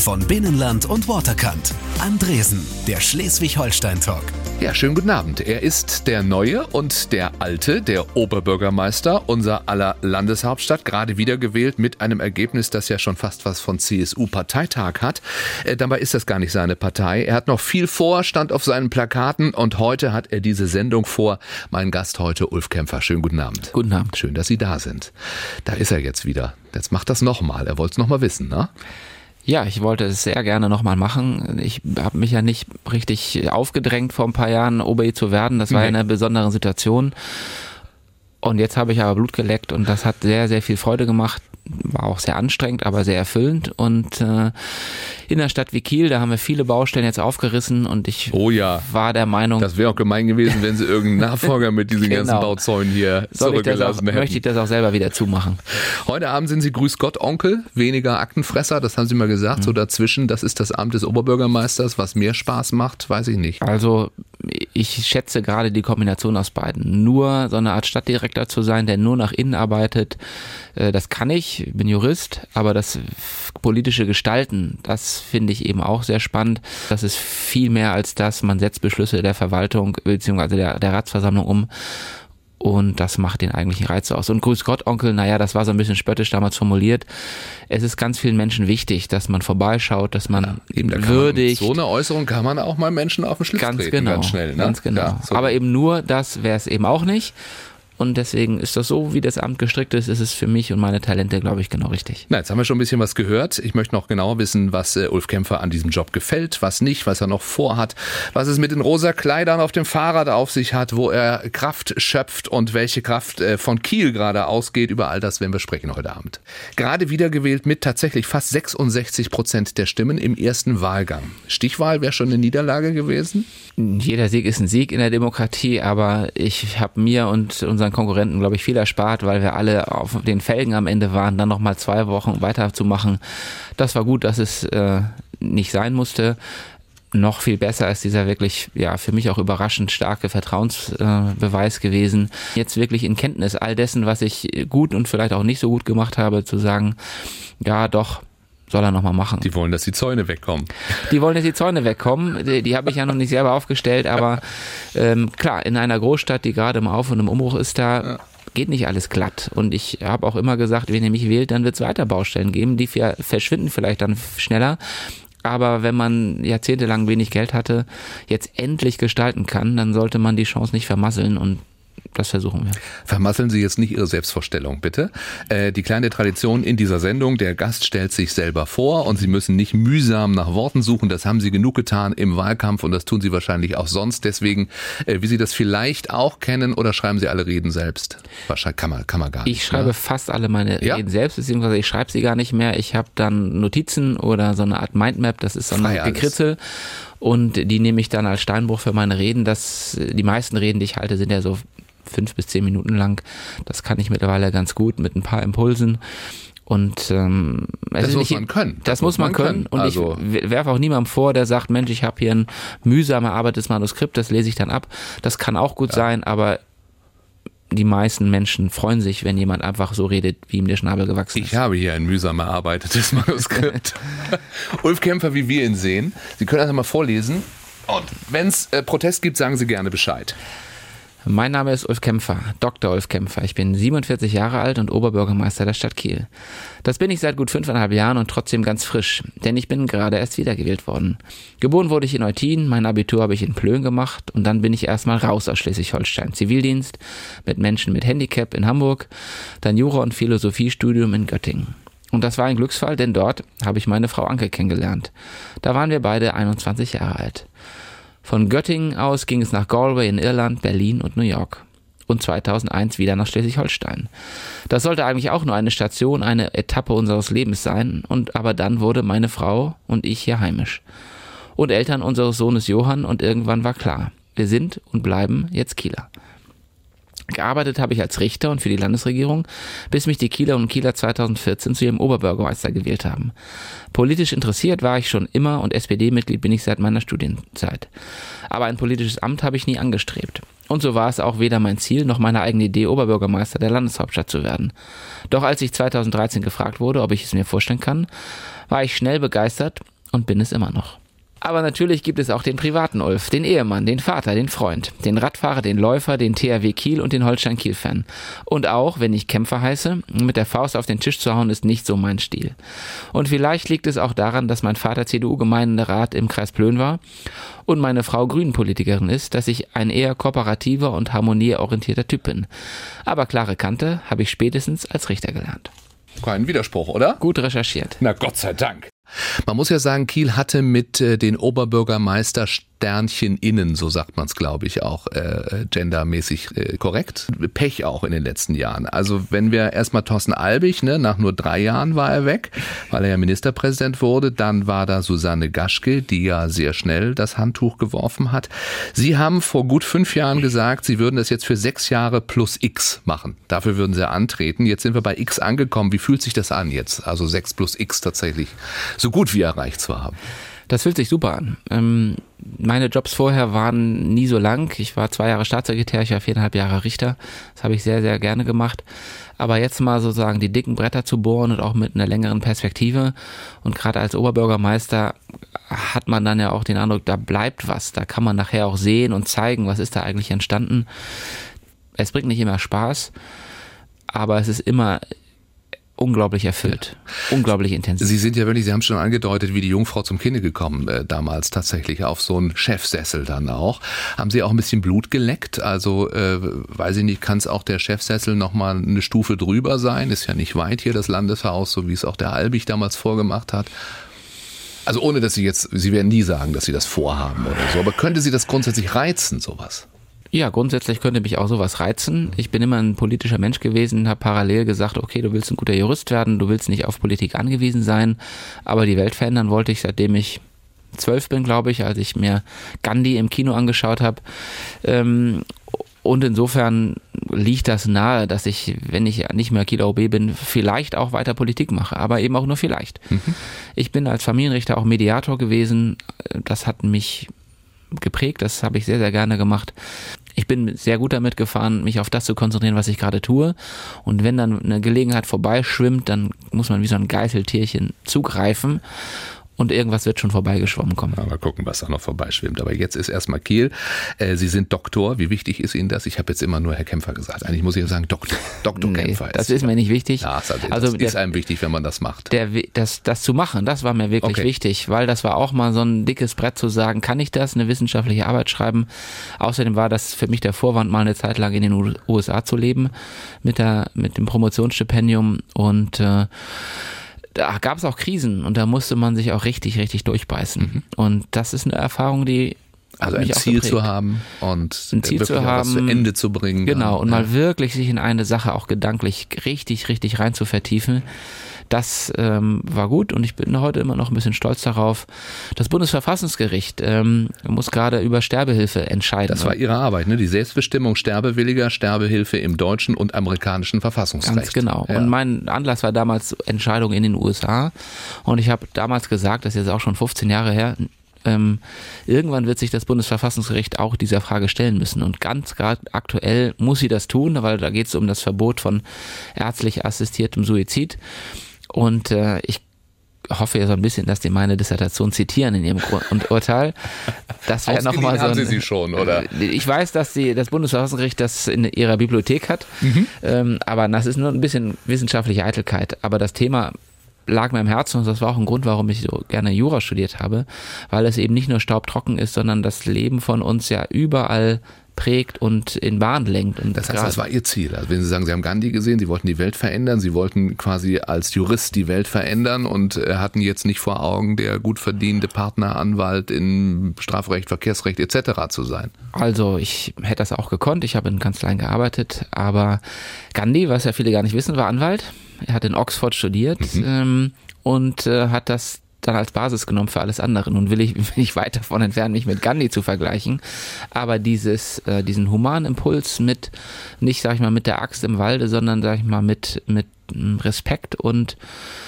von Binnenland und Waterkant. Andresen, der Schleswig-Holstein-Talk. Ja, schönen guten Abend. Er ist der Neue und der Alte, der Oberbürgermeister unser aller Landeshauptstadt, gerade wiedergewählt mit einem Ergebnis, das ja schon fast was von CSU-Parteitag hat. Dabei ist das gar nicht seine Partei. Er hat noch viel vor, stand auf seinen Plakaten und heute hat er diese Sendung vor. Mein Gast heute, Ulf Kämpfer. Schönen guten Abend. Guten Abend. Schön, dass Sie da sind. Da ist er jetzt wieder. Jetzt macht das nochmal. Er wollte es nochmal wissen, ne? Ja, ich wollte es sehr gerne nochmal machen. Ich habe mich ja nicht richtig aufgedrängt, vor ein paar Jahren OB zu werden. Das war ja eine besondere Situation. Und jetzt habe ich aber Blut geleckt und das hat sehr, sehr viel Freude gemacht. War auch sehr anstrengend, aber sehr erfüllend. Und in der Stadt wie Kiel, da haben wir viele Baustellen jetzt aufgerissen und ich war der Meinung... Das wäre auch gemein gewesen, wenn Sie irgendeinen Nachfolger mit diesen ganzen Bauzäunen hier zurückgelassen hätten. Möchte ich das auch selber wieder zumachen. Heute Abend sind Sie Grüß Gott Onkel, weniger Aktenfresser, das haben Sie mal gesagt. So dazwischen, das ist das Amt des Oberbürgermeisters. Was mehr Spaß macht, weiß ich nicht. Also ich schätze gerade die Kombination aus beiden. Nur so eine Art Stadtdirektor zu sein, der nur nach innen arbeitet, das kann ich bin Jurist, aber das politische Gestalten, das finde ich eben auch sehr spannend. Das ist viel mehr als das, man setzt Beschlüsse der Verwaltung bzw. der Ratsversammlung um. Und das macht den eigentlichen Reiz aus. Und Grüß Gott, Onkel, naja, das war so ein bisschen spöttisch damals formuliert. Es ist ganz vielen Menschen wichtig, dass man vorbeischaut, dass man würdigt. So eine Äußerung kann man auch mal Menschen auf den Schlips treten, ganz schnell. Ne? Ganz genau. Ja, so. Aber eben nur das wäre es eben auch nicht. Und deswegen ist das so, wie das Amt gestrickt ist es für mich und meine Talente, glaube ich, genau richtig. Na, jetzt haben wir schon ein bisschen was gehört. Ich möchte noch genauer wissen, was Ulf Kämpfer an diesem Job gefällt, was nicht, was er noch vorhat, was es mit den rosa Kleidern auf dem Fahrrad auf sich hat, wo er Kraft schöpft und welche Kraft von Kiel gerade ausgeht. Über all das werden wir sprechen heute Abend. Gerade wiedergewählt mit tatsächlich fast 66% der Stimmen im ersten Wahlgang. Stichwahl wäre schon eine Niederlage gewesen? Jeder Sieg ist ein Sieg in der Demokratie, aber ich habe mir und unseren Konkurrenten, glaube ich, viel erspart, weil wir alle auf den Felgen am Ende waren, dann nochmal 2 Wochen weiterzumachen. Das war gut, dass es nicht sein musste. Noch viel besser ist dieser wirklich, ja, für mich auch überraschend starke Vertrauensbeweis gewesen. Jetzt wirklich in Kenntnis all dessen, was ich gut und vielleicht auch nicht so gut gemacht habe, zu sagen, ja, doch, soll er nochmal machen. Die wollen, dass die Zäune wegkommen. Die wollen, dass die Zäune wegkommen. Die habe ich ja noch nicht selber aufgestellt, aber klar, in einer Großstadt, die gerade im Auf- und im Umbruch ist, da geht nicht alles glatt. Und ich habe auch immer gesagt, wenn ihr mich wählt, dann wird es weiter Baustellen geben. Die verschwinden vielleicht dann schneller. Aber wenn man jahrzehntelang wenig Geld hatte, jetzt endlich gestalten kann, dann sollte man die Chance nicht vermasseln und das versuchen wir. Vermasseln Sie jetzt nicht Ihre Selbstvorstellung, bitte. Die kleine Tradition in dieser Sendung, der Gast stellt sich selber vor und Sie müssen nicht mühsam nach Worten suchen. Das haben Sie genug getan im Wahlkampf und das tun Sie wahrscheinlich auch sonst. Deswegen, wie Sie das vielleicht auch kennen, oder schreiben Sie alle Reden selbst? Wahrscheinlich kann man gar nicht. Ich schreibe fast alle meine Reden selbst, beziehungsweise ich schreibe sie gar nicht mehr. Ich habe dann Notizen oder so eine Art Mindmap, das ist so ein Gekritzel. Und die nehme ich dann als Steinbruch für meine Reden. Die meisten Reden, die ich halte, sind ja so 5 bis 10 Minuten lang. Das kann ich mittlerweile ganz gut mit ein paar Impulsen. Und das muss man können. Das muss man können. Und also, ich werfe auch niemandem vor, der sagt, Mensch, ich habe hier ein mühsam erarbeitetes Manuskript, das lese ich dann ab. Das kann auch gut sein, aber die meisten Menschen freuen sich, wenn jemand einfach so redet, wie ihm der Schnabel gewachsen ist. Ich habe hier ein mühsam erarbeitetes Manuskript. Ulf Kämpfer, wie wir ihn sehen. Sie können das mal vorlesen. Und wenn es Protest gibt, sagen Sie gerne Bescheid. Mein Name ist Ulf Kämpfer, Dr. Ulf Kämpfer. Ich bin 47 Jahre alt und Oberbürgermeister der Stadt Kiel. Das bin ich seit gut 5,5 Jahren und trotzdem ganz frisch, denn ich bin gerade erst wiedergewählt worden. Geboren wurde ich in Eutin, mein Abitur habe ich in Plön gemacht und dann bin ich erstmal raus aus Schleswig-Holstein. Zivildienst mit Menschen mit Handicap in Hamburg, dann Jura- und Philosophiestudium in Göttingen. Und das war ein Glücksfall, denn dort habe ich meine Frau Anke kennengelernt. Da waren wir beide 21 Jahre alt. Von Göttingen aus ging es nach Galway in Irland, Berlin und New York. Und 2001 wieder nach Schleswig-Holstein. Das sollte eigentlich auch nur eine Station, eine Etappe unseres Lebens sein. Aber dann wurde meine Frau und ich hier heimisch. Und Eltern unseres Sohnes Johann und irgendwann war klar, wir sind und bleiben jetzt Kieler. Gearbeitet habe ich als Richter und für die Landesregierung, bis mich die Kieler und Kieler 2014 zu ihrem Oberbürgermeister gewählt haben. Politisch interessiert war ich schon immer und SPD-Mitglied bin ich seit meiner Studienzeit. Aber ein politisches Amt habe ich nie angestrebt. Und so war es auch weder mein Ziel noch meine eigene Idee, Oberbürgermeister der Landeshauptstadt zu werden. Doch als ich 2013 gefragt wurde, ob ich es mir vorstellen kann, war ich schnell begeistert und bin es immer noch. Aber natürlich gibt es auch den privaten Ulf, den Ehemann, den Vater, den Freund, den Radfahrer, den Läufer, den THW Kiel und den Holstein-Kiel-Fan. Und auch, wenn ich Kämpfer heiße, mit der Faust auf den Tisch zu hauen, ist nicht so mein Stil. Und vielleicht liegt es auch daran, dass mein Vater CDU-Gemeinderat im Kreis Plön war und meine Frau Grünen-Politikerin ist, dass ich ein eher kooperativer und harmonieorientierter Typ bin. Aber klare Kante habe ich spätestens als Richter gelernt. Kein Widerspruch, oder? Gut recherchiert. Na Gott sei Dank. Man muss ja sagen, Kiel hatte mit den Oberbürgermeister Sternchen innen, so sagt man es, glaube ich, auch gendermäßig korrekt. Pech auch in den letzten Jahren. Also wenn wir erstmal Thorsten Albig, nach nur 3 Jahren war er weg, weil er ja Ministerpräsident wurde, dann war da Susanne Gaschke, die ja sehr schnell das Handtuch geworfen hat. Sie haben vor gut 5 Jahren gesagt, Sie würden das jetzt für 6 Jahre plus X machen. Dafür würden Sie antreten. Jetzt sind wir bei X angekommen. Wie fühlt sich das an jetzt? Also 6 plus X tatsächlich so gut wie erreicht zu haben. Das fühlt sich super an. Meine Jobs vorher waren nie so lang. Ich war 2 Jahre Staatssekretär, ich war 4,5 Jahre Richter. Das habe ich sehr, sehr gerne gemacht. Aber jetzt mal sozusagen die dicken Bretter zu bohren und auch mit einer längeren Perspektive. Und gerade als Oberbürgermeister hat man dann ja auch den Eindruck, da bleibt was. Da kann man nachher auch sehen und zeigen, was ist da eigentlich entstanden. Es bringt nicht immer Spaß, aber es ist immer unglaublich erfüllt, unglaublich intensiv. Sie sind ja wirklich, Sie haben schon angedeutet, wie die Jungfrau zum Kinde gekommen, damals tatsächlich auf so einen Chefsessel dann auch. Haben Sie auch ein bisschen Blut geleckt? Also, weiß ich nicht, kann es auch der Chefsessel nochmal eine Stufe drüber sein? Ist ja nicht weit hier das Landeshaus, so wie es auch der Albig damals vorgemacht hat. Also ohne, dass Sie werden nie sagen, dass Sie das vorhaben oder so, aber könnte Sie das grundsätzlich reizen, sowas? Ja, grundsätzlich könnte mich auch sowas reizen. Ich bin immer ein politischer Mensch gewesen, habe parallel gesagt, okay, du willst ein guter Jurist werden, du willst nicht auf Politik angewiesen sein, aber die Welt verändern wollte ich, seitdem ich 12 bin, glaube ich, als ich mir Gandhi im Kino angeschaut habe. Und insofern liegt das nahe, dass ich, wenn ich nicht mehr Kieler OB bin, vielleicht auch weiter Politik mache, aber eben auch nur vielleicht. Ich bin als Familienrichter auch Mediator gewesen, das hat mich geprägt, das habe ich sehr, sehr gerne gemacht. Ich bin sehr gut damit gefahren, mich auf das zu konzentrieren, was ich gerade tue. Und wenn dann eine Gelegenheit vorbeischwimmt, dann muss man wie so ein Geißeltierchen zugreifen. Und irgendwas wird schon vorbeigeschwommen kommen. Mal gucken, was da noch vorbeischwimmt. Aber jetzt ist erstmal Kiel. Sie sind Doktor. Wie wichtig ist Ihnen das? Ich habe jetzt immer nur Herr Kämpfer gesagt. Eigentlich muss ich ja sagen Doktor. Dr. Nee, Kämpfer. Das ist mir nicht wichtig. Ja, das ist einem wichtig, wenn man das macht. Das zu machen, das war mir wirklich wichtig, weil das war auch mal so ein dickes Brett zu sagen, kann ich das, eine wissenschaftliche Arbeit schreiben? Außerdem war das für mich der Vorwand, mal eine Zeit lang in den USA zu leben mit dem Promotionsstipendium und da gab es auch Krisen und da musste man sich auch richtig, richtig durchbeißen. Und das ist eine Erfahrung, die also ein Ziel zu haben und ein Ziel wirklich zu haben, was zu Ende zu bringen. Genau, und mal wirklich sich in eine Sache auch gedanklich richtig, richtig rein zu vertiefen. Das war gut und ich bin heute immer noch ein bisschen stolz darauf. Das Bundesverfassungsgericht muss gerade über Sterbehilfe entscheiden. Das war Ihre Arbeit, ne? Die Selbstbestimmung Sterbewilliger, Sterbehilfe im deutschen und amerikanischen Verfassungsrecht. Ganz genau. Ja. Und mein Anlass war damals Entscheidung in den USA und ich habe damals gesagt, das ist jetzt auch schon 15 Jahre her, irgendwann wird sich das Bundesverfassungsgericht auch dieser Frage stellen müssen. Und ganz gerade aktuell muss sie das tun, weil da geht es um das Verbot von ärztlich assistiertem Suizid. Und ich hoffe ja so ein bisschen, dass die meine Dissertation zitieren in ihrem Urteil. Das wäre noch mal so haben Sie schon, oder? Ich weiß, dass das Bundesverfassungsgericht das in ihrer Bibliothek hat, aber das ist nur ein bisschen wissenschaftliche Eitelkeit. Aber das Thema lag mir im Herzen und das war auch ein Grund, warum ich so gerne Jura studiert habe, weil es eben nicht nur staubtrocken ist, sondern das Leben von uns ja überall prägt und in Bahn lenkt. Und das heißt, das war Ihr Ziel. Also wenn Sie sagen, Sie haben Gandhi gesehen, Sie wollten die Welt verändern, Sie wollten quasi als Jurist die Welt verändern und hatten jetzt nicht vor Augen, der gut verdienende Partner, Anwalt in Strafrecht, Verkehrsrecht etc. zu sein. Also ich hätte das auch gekonnt, ich habe in Kanzleien gearbeitet, aber Gandhi, was ja viele gar nicht wissen, war Anwalt. Er hat in Oxford studiert und hat das dann als Basis genommen für alles andere. Nun will ich weit davon entfernen, mich mit Gandhi zu vergleichen, aber diesen humanen Impuls mit, nicht, sag ich mal, mit der Axt im Walde, sondern, sag ich mal, mit Respekt und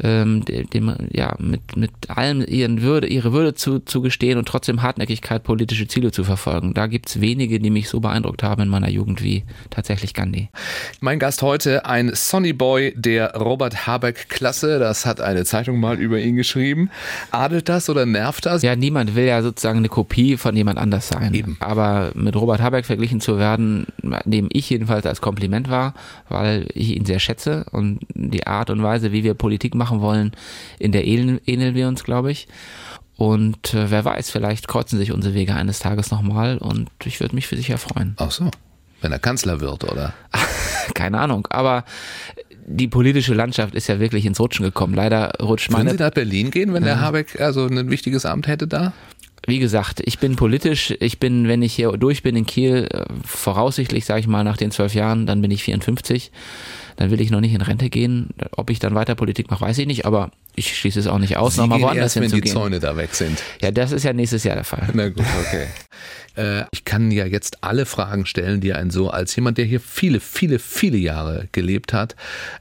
mit allem ihre Würde zugestehen und trotzdem Hartnäckigkeit, politische Ziele zu verfolgen. Da gibt's wenige, die mich so beeindruckt haben in meiner Jugend wie tatsächlich Gandhi. Mein Gast heute, ein Sonny Boy der Robert Habeck-Klasse. Das hat eine Zeitung mal über ihn geschrieben. Adelt das oder nervt das? Ja, niemand will ja sozusagen eine Kopie von jemand anders sein. Eben. Aber mit Robert Habeck verglichen zu werden, nehme ich jedenfalls als Kompliment wahr, weil ich ihn sehr schätze und die Art und Weise, wie wir Politik machen wollen, in der ähneln wir uns, glaube ich. Und wer weiß, vielleicht kreuzen sich unsere Wege eines Tages nochmal und ich würde mich für sicher freuen. Ach so, wenn er Kanzler wird, oder? Keine Ahnung, aber die politische Landschaft ist ja wirklich ins Rutschen gekommen. Leider rutscht Würden Sie nach Berlin gehen, wenn der Habeck also ein wichtiges Amt hätte da? Wie gesagt, ich bin politisch, wenn ich hier durch bin in Kiel, voraussichtlich, sage ich mal, nach den 12 Jahren, dann bin ich 54, dann will ich noch nicht in Rente gehen. Ob ich dann weiter Politik mache, weiß ich nicht, aber ich schließe es auch nicht aus, nochmal woanders hinzugehen. Wenn die Zäune da weg sind. Ja, das ist ja nächstes Jahr der Fall. Na gut, okay. Ich kann ja jetzt alle Fragen stellen, die einen so als jemand, der hier viele, viele, viele Jahre gelebt hat,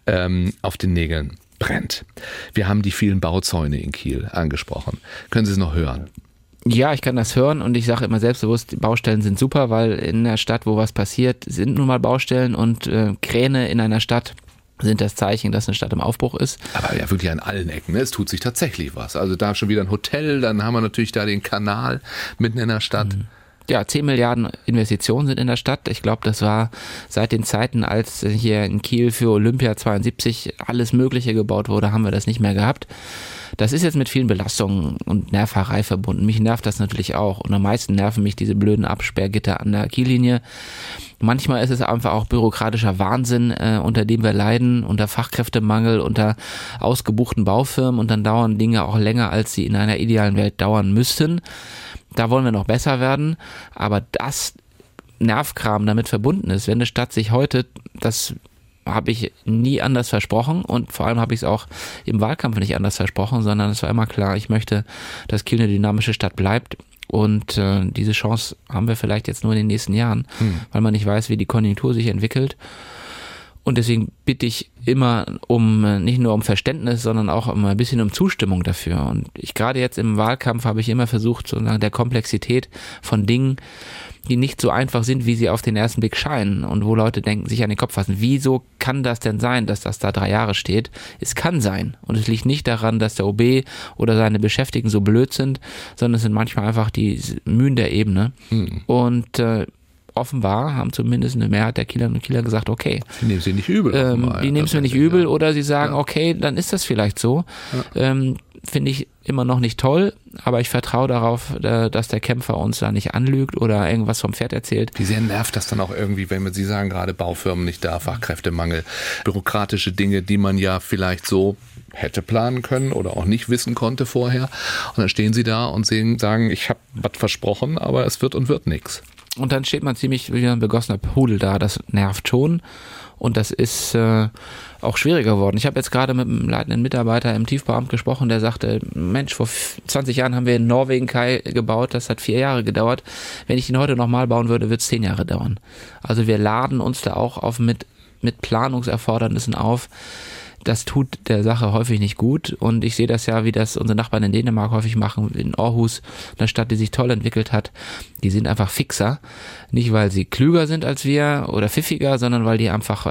auf den Nägeln brennt. Wir haben die vielen Bauzäune in Kiel angesprochen. Können Sie es noch hören? Ja, ich kann das hören und ich sage immer selbstbewusst, die Baustellen sind super, weil in der Stadt, wo was passiert, sind nun mal Baustellen und Kräne in einer Stadt sind das Zeichen, dass eine Stadt im Aufbruch ist. Aber ja wirklich an allen Ecken, ne? Es tut sich tatsächlich was. Also da schon wieder ein Hotel, dann haben wir natürlich da den Kanal mitten in der Stadt. Ja, 10 Milliarden Investitionen sind in der Stadt. Ich glaube, das war seit den Zeiten, als hier in Kiel für Olympia 72 alles Mögliche gebaut wurde, haben wir das nicht mehr gehabt. Das ist jetzt mit vielen Belastungen und Nerverei verbunden. Mich nervt das natürlich auch. Und am meisten nerven mich diese blöden Absperrgitter an der Kiellinie. Manchmal ist es einfach auch bürokratischer Wahnsinn, unter dem wir leiden, unter Fachkräftemangel, unter ausgebuchten Baufirmen. Und dann dauern Dinge auch länger, als sie in einer idealen Welt dauern müssten. Da wollen wir noch besser werden. Aber das Nervkram damit verbunden ist, wenn eine Stadt sich heute, das habe ich nie anders versprochen und vor allem habe ich es auch im Wahlkampf nicht anders versprochen, sondern es war immer klar, ich möchte, dass Kiel eine dynamische Stadt bleibt und diese Chance haben wir vielleicht jetzt nur in den nächsten Jahren, weil man nicht weiß, wie die Konjunktur sich entwickelt. Und deswegen bitte ich immer nicht nur um Verständnis, sondern auch ein bisschen um Zustimmung dafür. Und gerade jetzt im Wahlkampf habe ich immer versucht, sozusagen der Komplexität von Dingen, die nicht so einfach sind, wie sie auf den ersten Blick scheinen und wo Leute denken, sich an den Kopf fassen. Wieso kann das denn sein, dass das da 3 Jahre steht? Es kann sein. Und es liegt nicht daran, dass der OB oder seine Beschäftigten so blöd sind, sondern es sind manchmal einfach die Mühen der Ebene. Und offenbar haben zumindest eine Mehrheit der Kielerinnen und Kieler gesagt, okay. Die nehmen sie nicht übel. Die nehmen es mir nicht übel oder sie sagen, okay, dann ist das vielleicht so. Ja. Finde ich immer noch nicht toll, aber ich vertraue darauf, dass der Kämpfer uns da nicht anlügt oder irgendwas vom Pferd erzählt. Wie sehr nervt das dann auch irgendwie, wenn Sie sagen, gerade Baufirmen nicht da, Fachkräftemangel, bürokratische Dinge, die man ja vielleicht so hätte planen können oder auch nicht wissen konnte vorher. Und dann stehen Sie da und sagen, ich habe was versprochen, aber es wird und wird nichts. Und dann steht man ziemlich wie ein begossener Pudel da. Das nervt schon. Und das ist auch schwieriger geworden. Ich habe jetzt gerade mit einem leitenden Mitarbeiter im Tiefbauamt gesprochen, der sagte, Mensch, vor 20 Jahren haben wir in Norwegen Kai gebaut, das hat 4 Jahre gedauert. Wenn ich ihn heute nochmal bauen würde, wird es 10 Jahre dauern. Also wir laden uns da auch mit Planungserfordernissen auf. Das tut der Sache häufig nicht gut und ich sehe das ja, wie das unsere Nachbarn in Dänemark häufig machen, in Aarhus, eine Stadt, die sich toll entwickelt hat. Die sind einfach fixer, nicht weil sie klüger sind als wir oder pfiffiger, sondern weil die einfach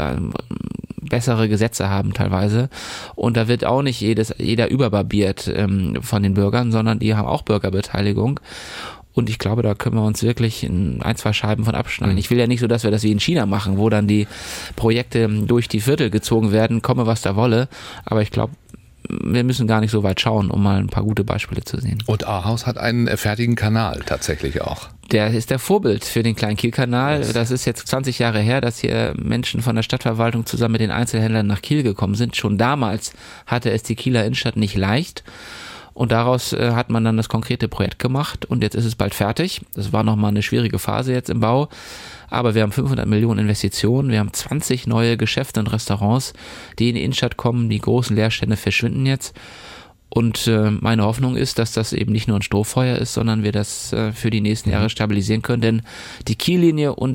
bessere Gesetze haben teilweise und da wird auch nicht jeder überbarbiert von den Bürgern, sondern die haben auch Bürgerbeteiligung. Und ich glaube, da können wir uns wirklich 1-2 Scheiben von abschneiden. Ich will ja nicht so, dass wir das wie in China machen, wo dann die Projekte durch die Viertel gezogen werden, komme was da wolle. Aber ich glaube, wir müssen gar nicht so weit schauen, um mal ein paar gute Beispiele zu sehen. Und Ahaus hat einen fertigen Kanal tatsächlich auch. Der ist der Vorbild für den Klein-Kiel-Kanal. Das ist jetzt 20 Jahre her, dass hier Menschen von der Stadtverwaltung zusammen mit den Einzelhändlern nach Kiel gekommen sind. Schon damals hatte es die Kieler Innenstadt nicht leicht. Und daraus hat man dann das konkrete Projekt gemacht und jetzt ist es bald fertig. Das war nochmal eine schwierige Phase jetzt im Bau, aber wir haben 500 Millionen Investitionen, wir haben 20 neue Geschäfte und Restaurants, die in die Innenstadt kommen, die großen Leerstände verschwinden jetzt. Und meine Hoffnung ist, dass das eben nicht nur ein Strohfeuer ist, sondern wir das für die nächsten Jahre stabilisieren können, denn die Kiellinie und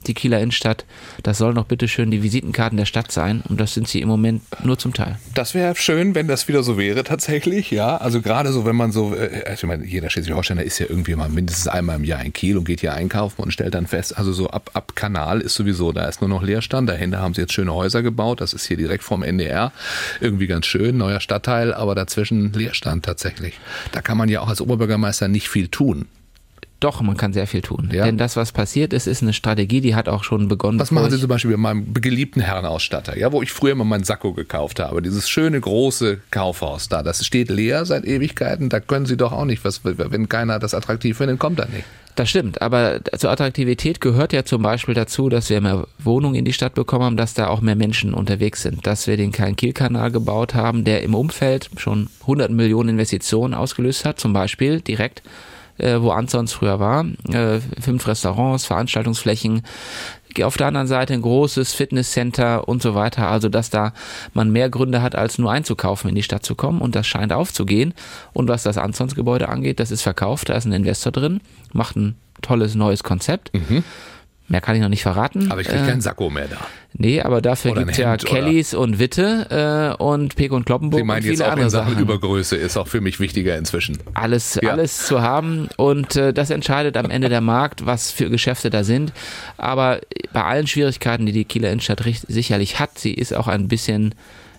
die Kieler Innenstadt, das soll doch bitteschön die Visitenkarten der Stadt sein und das sind sie im Moment nur zum Teil. Das wäre schön, wenn das wieder so wäre tatsächlich, ja. Also gerade so, wenn man so, ich meine, jeder Schleswig-Holsteiner ist ja irgendwie mal mindestens einmal im Jahr in Kiel und geht hier einkaufen und stellt dann fest, also so ab Kanal ist sowieso, da ist nur noch Leerstand, dahinter haben sie jetzt schöne Häuser gebaut, das ist hier direkt vorm NDR, irgendwie ganz schön, neuer Stadtteil, aber dazwischen Leerstand tatsächlich. Da kann man ja auch als Oberbürgermeister nicht viel tun. Doch, man kann sehr viel tun. Ja? Denn das, was passiert ist eine Strategie, die hat auch schon begonnen. Was machen Sie zum Beispiel bei meinem geliebten Herrenausstatter, ja, wo ich früher mal meinen Sakko gekauft habe, dieses schöne große Kaufhaus da, das steht leer seit Ewigkeiten, da können Sie doch auch nicht, wenn keiner das attraktiv findet, kommt da nicht. Das stimmt, aber zur Attraktivität gehört ja zum Beispiel dazu, dass wir mehr Wohnungen in die Stadt bekommen haben, dass da auch mehr Menschen unterwegs sind, dass wir den Klein-Kiel-Kanal gebaut haben, der im Umfeld schon 100 Millionen Investitionen ausgelöst hat, zum Beispiel direkt wo Ansons früher war, 5 Restaurants, Veranstaltungsflächen, auf der anderen Seite ein großes Fitnesscenter und so weiter, also dass da man mehr Gründe hat, als nur einzukaufen, in die Stadt zu kommen und das scheint aufzugehen und was das Ansons-Gebäude angeht, das ist verkauft, da ist ein Investor drin, macht ein tolles neues Konzept. Mehr kann ich noch nicht verraten. Aber ich kriege keinen Sakko mehr da. Nee, aber dafür gibt es ja Kellys und Witte und Pek und Kloppenburg und viele jetzt auch andere in Sachen Sachen. Übergröße ist auch für mich wichtiger inzwischen. Alles zu haben und das entscheidet am Ende der Markt, was für Geschäfte da sind. Aber bei allen Schwierigkeiten, die die Kieler Innenstadt sicherlich hat, sie ist auch ein bisschen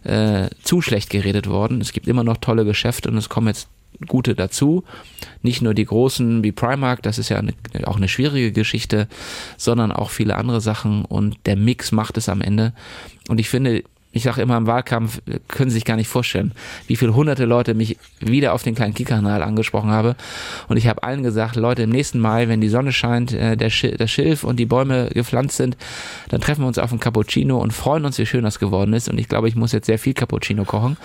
zu schlecht geredet worden. Es gibt immer noch tolle Geschäfte und es kommen jetzt gute dazu. Nicht nur die großen wie Primark, das ist ja auch eine schwierige Geschichte, sondern auch viele andere Sachen und der Mix macht es am Ende. Und ich finde, ich sage immer im Wahlkampf, können Sie sich gar nicht vorstellen, wie viele hunderte Leute mich wieder auf den Klein-Kiel-Kanal angesprochen habe. Und ich habe allen gesagt, Leute, im nächsten Mai, wenn die Sonne scheint, das Schilf und die Bäume gepflanzt sind, dann treffen wir uns auf ein Cappuccino und freuen uns, wie schön das geworden ist. Und ich glaube, ich muss jetzt sehr viel Cappuccino kochen,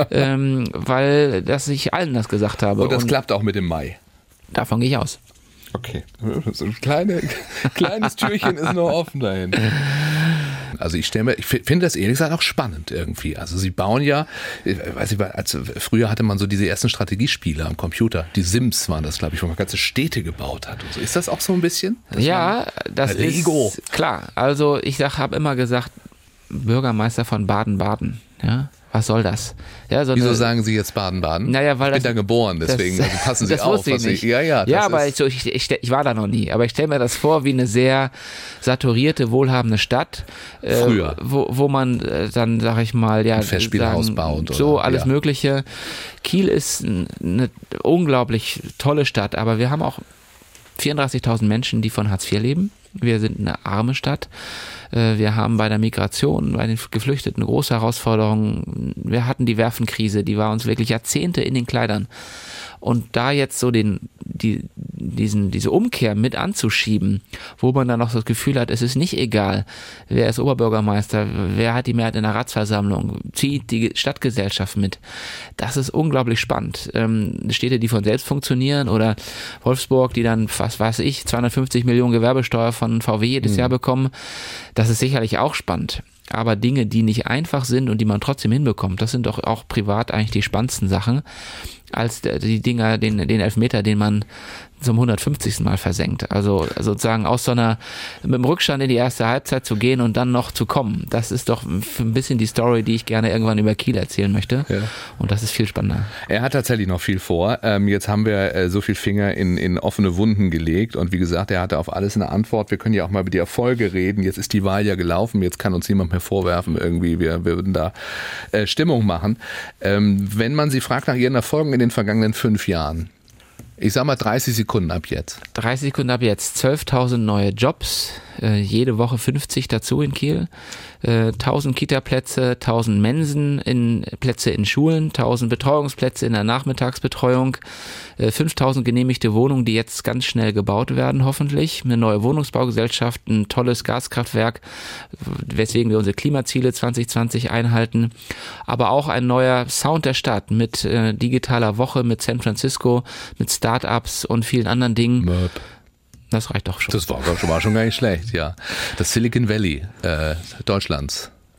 weil ich allen das gesagt habe. Und das klappt auch mit dem Mai. Davon gehe ich aus. Okay, so ein kleines Türchen ist noch offen dahin. Also ich finde das ehrlich gesagt auch spannend irgendwie. Also sie bauen ja, weiß ich, früher hatte man so diese ersten Strategiespiele am Computer. Die Sims waren das, glaube ich, wo man ganze Städte gebaut hat. Und so. Ist das auch so ein bisschen? Ja, das Lego. Ist klar. Also ich habe immer gesagt, Bürgermeister von Baden-Baden, ja. Was soll das? Ja, Wieso sagen Sie jetzt Baden-Baden? Naja, weil ich bin da geboren, deswegen also passen Sie das auf. Wusste ich nicht. Ja, aber ich war da noch nie. Aber ich stelle mir das vor wie eine sehr saturierte, wohlhabende Stadt. Früher. Wo man dann, sag ich mal, ein Festspielhaus baut. So alles Mögliche. Kiel ist eine unglaublich tolle Stadt, aber wir haben auch 34.000 Menschen, die von Hartz IV leben. Wir sind eine arme Stadt. Wir haben bei der Migration, bei den Geflüchteten eine große Herausforderung. Wir hatten die Werfenkrise, die war uns wirklich Jahrzehnte in den Kleidern. Und da jetzt so diese Umkehr mit anzuschieben, wo man dann noch das Gefühl hat, es ist nicht egal, wer ist Oberbürgermeister, wer hat die Mehrheit in der Ratsversammlung, zieht die Stadtgesellschaft mit. Das ist unglaublich spannend. Städte, die von selbst funktionieren oder Wolfsburg, die dann, was weiß ich, 250 Millionen Gewerbesteuer von VW jedes Jahr bekommen, das ist sicherlich auch spannend. Aber Dinge, die nicht einfach sind und die man trotzdem hinbekommt, das sind doch auch privat eigentlich die spannendsten Sachen, als die Dinger, den Elfmeter, den man zum 150. Mal versenkt. Also sozusagen mit dem Rückstand in die erste Halbzeit zu gehen und dann noch zu kommen. Das ist doch ein bisschen die Story, die ich gerne irgendwann über Kiel erzählen möchte. Ja. Und das ist viel spannender. Er hat tatsächlich noch viel vor. Jetzt haben wir so viel Finger in offene Wunden gelegt und wie gesagt, er hatte auf alles eine Antwort. Wir können ja auch mal über die Erfolge reden. Jetzt ist die Wahl ja gelaufen. Jetzt kann uns niemand mehr vorwerfen, irgendwie wir würden da Stimmung machen. Wenn man Sie fragt nach Ihren Erfolgen in den vergangenen 5 Jahren, ich sag mal 30 Sekunden ab jetzt. 30 Sekunden ab jetzt. 12.000 neue Jobs, jede Woche 50 dazu in Kiel. 1.000 Kita-Plätze, 1.000 Mensen-Plätze in Schulen, 1.000 Betreuungsplätze in der Nachmittagsbetreuung, 5.000 genehmigte Wohnungen, die jetzt ganz schnell gebaut werden, hoffentlich. Eine neue Wohnungsbaugesellschaft, ein tolles Gaskraftwerk, weswegen wir unsere Klimaziele 2020 einhalten. Aber auch ein neuer Sound der Stadt mit digitaler Woche, mit San Francisco, mit Startups und vielen anderen Dingen. Möp. Das reicht doch schon. Das war schon gar nicht schlecht, ja. Das Silicon Valley Deutschlands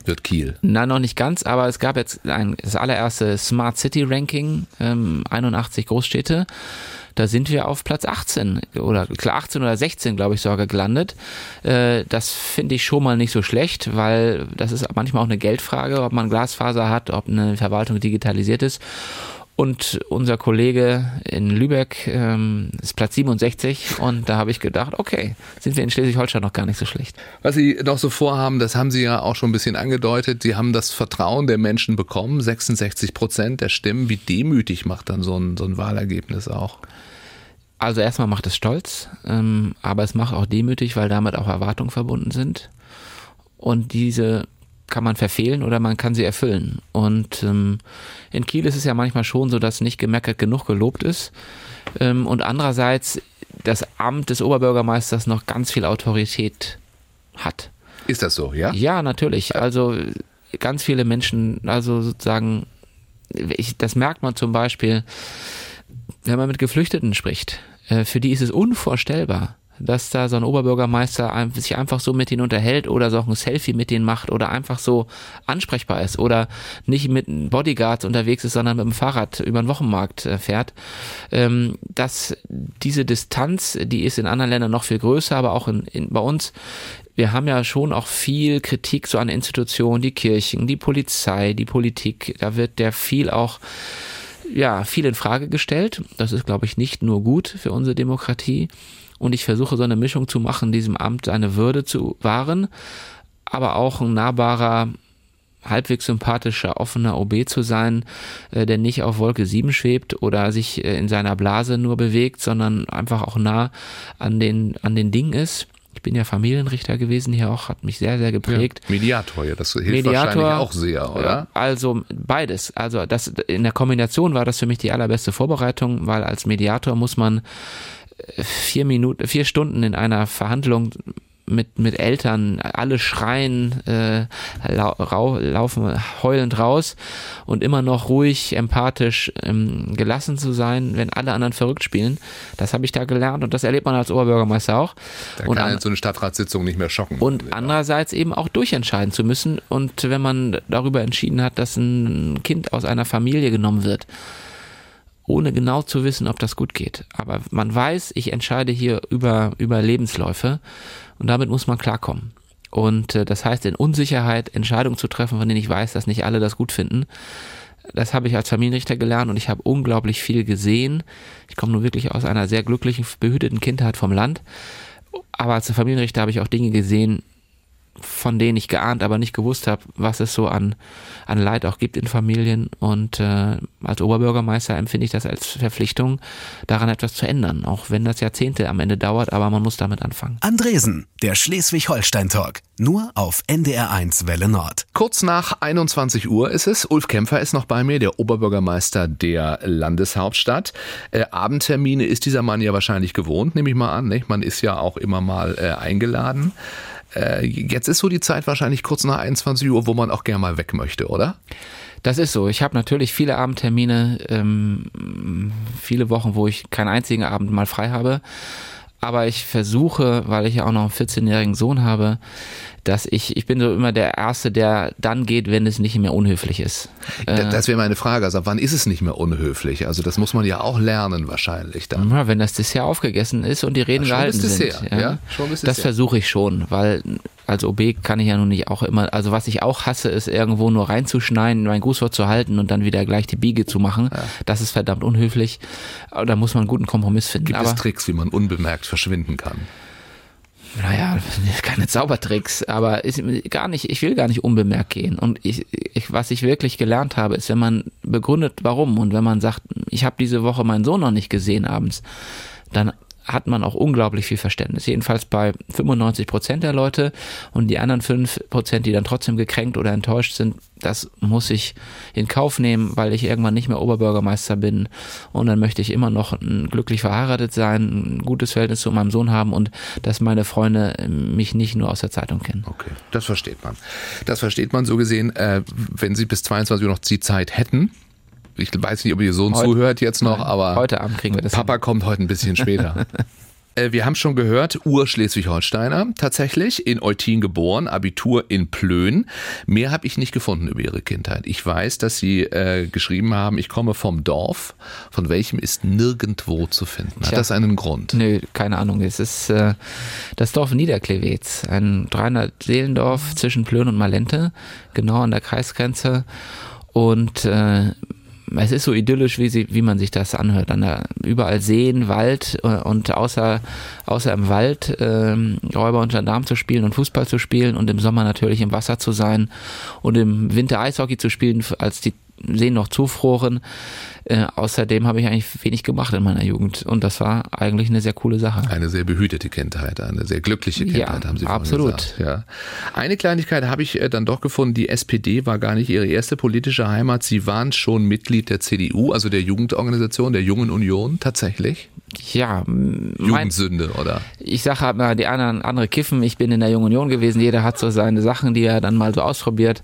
wird Kiel. Nein, noch nicht ganz, aber es gab jetzt das allererste Smart City Ranking, 81 Großstädte. Da sind wir auf Platz 18 oder 18 oder 16, glaube ich, sogar gelandet. Das finde ich schon mal nicht so schlecht, weil das ist manchmal auch eine Geldfrage, ob man Glasfaser hat, ob eine Verwaltung digitalisiert ist. Und unser Kollege in Lübeck ist Platz 67 und da habe ich gedacht, okay, sind wir in Schleswig-Holstein noch gar nicht so schlecht. Was Sie noch so vorhaben, das haben Sie ja auch schon ein bisschen angedeutet. Sie haben das Vertrauen der Menschen bekommen, 66% der Stimmen. Wie demütig macht dann so ein Wahlergebnis auch? Also erstmal macht es stolz, aber es macht auch demütig, weil damit auch Erwartungen verbunden sind. Und diese kann man verfehlen oder man kann sie erfüllen. Und in Kiel ist es ja manchmal schon so, dass nicht gemeckert genug gelobt ist. Und andererseits das Amt des Oberbürgermeisters noch ganz viel Autorität hat. Ist das so, ja? Ja, natürlich. Also ganz viele Menschen, also sozusagen, das merkt man zum Beispiel, wenn man mit Geflüchteten spricht. Für die ist es unvorstellbar, dass da so ein Oberbürgermeister sich einfach so mit ihnen unterhält oder so auch ein Selfie mit denen macht oder einfach so ansprechbar ist oder nicht mit Bodyguards unterwegs ist, sondern mit dem Fahrrad über den Wochenmarkt fährt. Dass diese Distanz, die ist in anderen Ländern noch viel größer, aber auch bei uns. Wir haben ja schon auch viel Kritik so an Institutionen, die Kirchen, die Polizei, die Politik. Da wird der viel in Frage gestellt. Das ist, glaube ich, nicht nur gut für unsere Demokratie. Und ich versuche so eine Mischung zu machen, diesem Amt seine Würde zu wahren, aber auch ein nahbarer, halbwegs sympathischer, offener OB zu sein, der nicht auf Wolke 7 schwebt oder sich in seiner Blase nur bewegt, sondern einfach auch nah an den Dingen ist. Ich bin ja Familienrichter gewesen hier auch, hat mich sehr, sehr geprägt. Ja, Mediator, ja, das hilft wahrscheinlich auch sehr, oder? Also beides. Also das in der Kombination war das für mich die allerbeste Vorbereitung, weil als Mediator muss man 4 Stunden in einer Verhandlung mit Eltern, alle schreien, laufen heulend raus und immer noch ruhig, empathisch, gelassen zu sein, wenn alle anderen verrückt spielen. Das habe ich da gelernt und das erlebt man als Oberbürgermeister auch. Da kann jetzt so eine Stadtratssitzung nicht mehr schocken. Und andererseits eben auch durchentscheiden zu müssen und wenn man darüber entschieden hat, dass ein Kind aus einer Familie genommen wird, ohne genau zu wissen, ob das gut geht. Aber man weiß, ich entscheide hier über Lebensläufe und damit muss man klarkommen. Und das heißt, in Unsicherheit Entscheidungen zu treffen, von denen ich weiß, dass nicht alle das gut finden, das habe ich als Familienrichter gelernt und ich habe unglaublich viel gesehen. Ich komme nun wirklich aus einer sehr glücklichen, behüteten Kindheit vom Land. Aber als Familienrichter habe ich auch Dinge gesehen, von denen ich geahnt, aber nicht gewusst habe, was es so an Leid auch gibt in Familien. Und als Oberbürgermeister empfinde ich das als Verpflichtung, daran etwas zu ändern. Auch wenn das Jahrzehnte am Ende dauert, aber man muss damit anfangen. Andresen, der Schleswig-Holstein-Talk. Nur auf NDR1 Welle Nord. Kurz nach 21 Uhr ist es. Ulf Kämpfer ist noch bei mir, der Oberbürgermeister der Landeshauptstadt. Abendtermine ist dieser Mann ja wahrscheinlich gewohnt, nehme ich mal an. Nicht? Man ist ja auch immer mal eingeladen. Jetzt ist so die Zeit wahrscheinlich kurz nach 21 Uhr, wo man auch gerne mal weg möchte, oder? Das ist so. Ich habe natürlich viele Abendtermine, viele Wochen, wo ich keinen einzigen Abend mal frei habe. Aber ich versuche, weil ich ja auch noch einen 14-jährigen Sohn habe, dass ich bin so immer der Erste, der dann geht, wenn es nicht mehr unhöflich ist. Das wäre meine Frage. Also wann ist es nicht mehr unhöflich? Also das muss man ja auch lernen wahrscheinlich dann. Ja, wenn das Dessert aufgegessen ist und die Reden gehalten sind. Schon das das versuche ich schon, weil als OB kann ich ja nun nicht auch immer, also was ich auch hasse, ist irgendwo nur reinzuschneiden, mein Grußwort zu halten und dann wieder gleich die Biege zu machen. Ja. Das ist verdammt unhöflich. Aber da muss man einen guten Kompromiss finden. Gibt es Tricks, wie man unbemerkt verschwinden kann? Naja, keine Zaubertricks, aber ich will gar nicht unbemerkt gehen. Und was ich wirklich gelernt habe, ist, wenn man begründet, warum und wenn man sagt, ich habe diese Woche meinen Sohn noch nicht gesehen abends, dann hat man auch unglaublich viel Verständnis. Jedenfalls bei 95% der Leute und die anderen 5%, die dann trotzdem gekränkt oder enttäuscht sind, das muss ich in Kauf nehmen, weil ich irgendwann nicht mehr Oberbürgermeister bin und dann möchte ich immer noch glücklich verheiratet sein, ein gutes Verhältnis zu meinem Sohn haben und dass meine Freunde mich nicht nur aus der Zeitung kennen. Okay, das versteht man. Das versteht man so gesehen, wenn Sie bis 22 Uhr noch die Zeit hätten. Ich weiß nicht, ob Ihr Sohn zuhört jetzt noch, aber heute Abend kriegen wir das Papa kommt heute ein bisschen später. Wir haben schon gehört, Ur-Schleswig-Holsteiner, tatsächlich, in Eutin geboren, Abitur in Plön. Mehr habe ich nicht gefunden über Ihre Kindheit. Ich weiß, dass Sie geschrieben haben, ich komme vom Dorf, von welchem ist nirgendwo zu finden. Hat das einen Grund? Nö, keine Ahnung. Es ist das Dorf Niederklewitz, ein 300-Seelendorf zwischen Plön und Malente, genau an der Kreisgrenze. Und es ist so idyllisch, wie man sich das anhört. Überall Seen, Wald und außer im Wald Räuber und Gendarm zu spielen und Fußball zu spielen und im Sommer natürlich im Wasser zu sein und im Winter Eishockey zu spielen, als die Seen noch zufroren. Außerdem habe ich eigentlich wenig gemacht in meiner Jugend und das war eigentlich eine sehr coole Sache. Eine sehr behütete Kindheit, eine sehr glückliche Kindheit, haben Sie vorhin absolut gesagt. Ja. Eine Kleinigkeit habe ich dann doch gefunden, die SPD war gar nicht Ihre erste politische Heimat. Sie waren schon Mitglied der CDU, also der Jugendorganisation, der Jungen Union, tatsächlich? Ja. Jugendsünde, oder? Ich sage halt mal, die andere kiffen, ich bin in der Jungen Union gewesen, jeder hat so seine Sachen, die er dann mal so ausprobiert.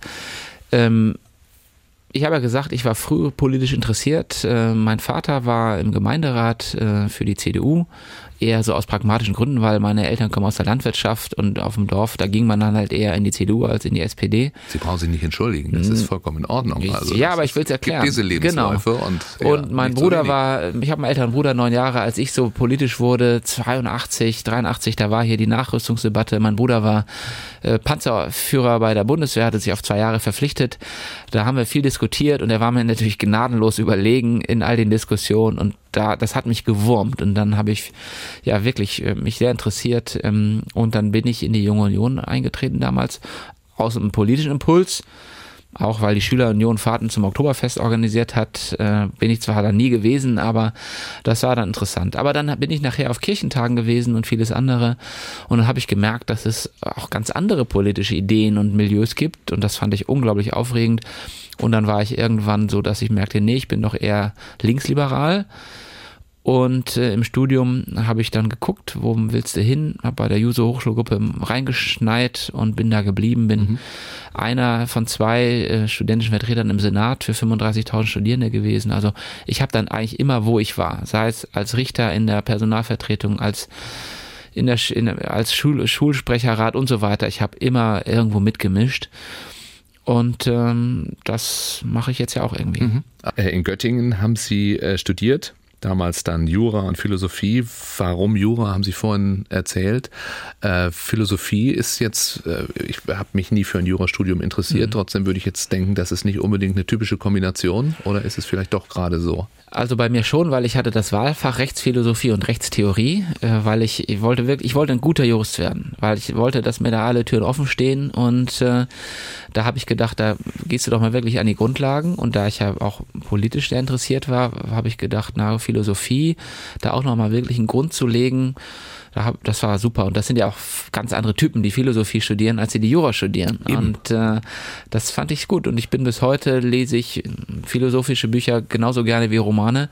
Ich habe ja gesagt, ich war früh politisch interessiert. Mein Vater war im Gemeinderat für die CDU, eher so aus pragmatischen Gründen, weil meine Eltern kommen aus der Landwirtschaft und auf dem Dorf, da ging man dann halt eher in die CDU als in die SPD. Sie brauchen sich nicht entschuldigen, das ist vollkommen in Ordnung. Also ja, aber ich will es erklären. Gibt diese Lebensläufe. Genau. Und mein Bruder ich habe einen älteren Bruder, 9 Jahre, als ich so politisch wurde, 82, 83, da war hier die Nachrüstungsdebatte. Mein Bruder war Panzerführer bei der Bundeswehr, hatte sich auf 2 Jahre verpflichtet. Da haben wir viel diskutiert und er war mir natürlich gnadenlos überlegen in all den Diskussionen und das hat mich gewurmt und dann habe ich ja wirklich mich sehr interessiert und dann bin ich in die Junge Union eingetreten damals aus einem politischen Impuls, auch weil die Schülerunion Fahrten zum Oktoberfest organisiert hat, bin ich zwar dann nie gewesen, aber das war dann interessant. Aber dann bin ich nachher auf Kirchentagen gewesen und vieles andere und dann habe ich gemerkt, dass es auch ganz andere politische Ideen und Milieus gibt und das fand ich unglaublich aufregend und dann war ich irgendwann so, dass ich merkte, nee, ich bin doch eher linksliberal. Und im Studium habe ich dann geguckt, wo willst du hin? Habe bei der Juso Hochschulgruppe reingeschneit und bin da geblieben. Bin einer von 2 studentischen Vertretern im Senat für 35.000 Studierende gewesen. Also ich habe dann eigentlich immer, wo ich war, sei es als Richter in der Personalvertretung, als Schulsprecherrat und so weiter. Ich habe immer irgendwo mitgemischt. Und das mache ich jetzt ja auch irgendwie. In Göttingen haben Sie studiert. Damals dann Jura und Philosophie. Warum Jura, haben Sie vorhin erzählt. Philosophie ist jetzt, ich habe mich nie für ein Jurastudium interessiert, trotzdem würde ich jetzt denken, das ist nicht unbedingt eine typische Kombination oder ist es vielleicht doch gerade so? Also bei mir schon, weil ich hatte das Wahlfach Rechtsphilosophie und Rechtstheorie, weil ich wollte ein guter Jurist werden, weil ich wollte, dass mir da alle Türen offen stehen und da habe ich gedacht, da gehst du doch mal wirklich an die Grundlagen und da ich ja auch politisch sehr interessiert war, habe ich gedacht, na Philosophie, da auch nochmal wirklich einen Grund zu legen, das war super und das sind ja auch ganz andere Typen, die Philosophie studieren, als die Jura studieren. Eben. Und das fand ich gut und ich bin bis heute, lese ich philosophische Bücher genauso gerne wie Romane.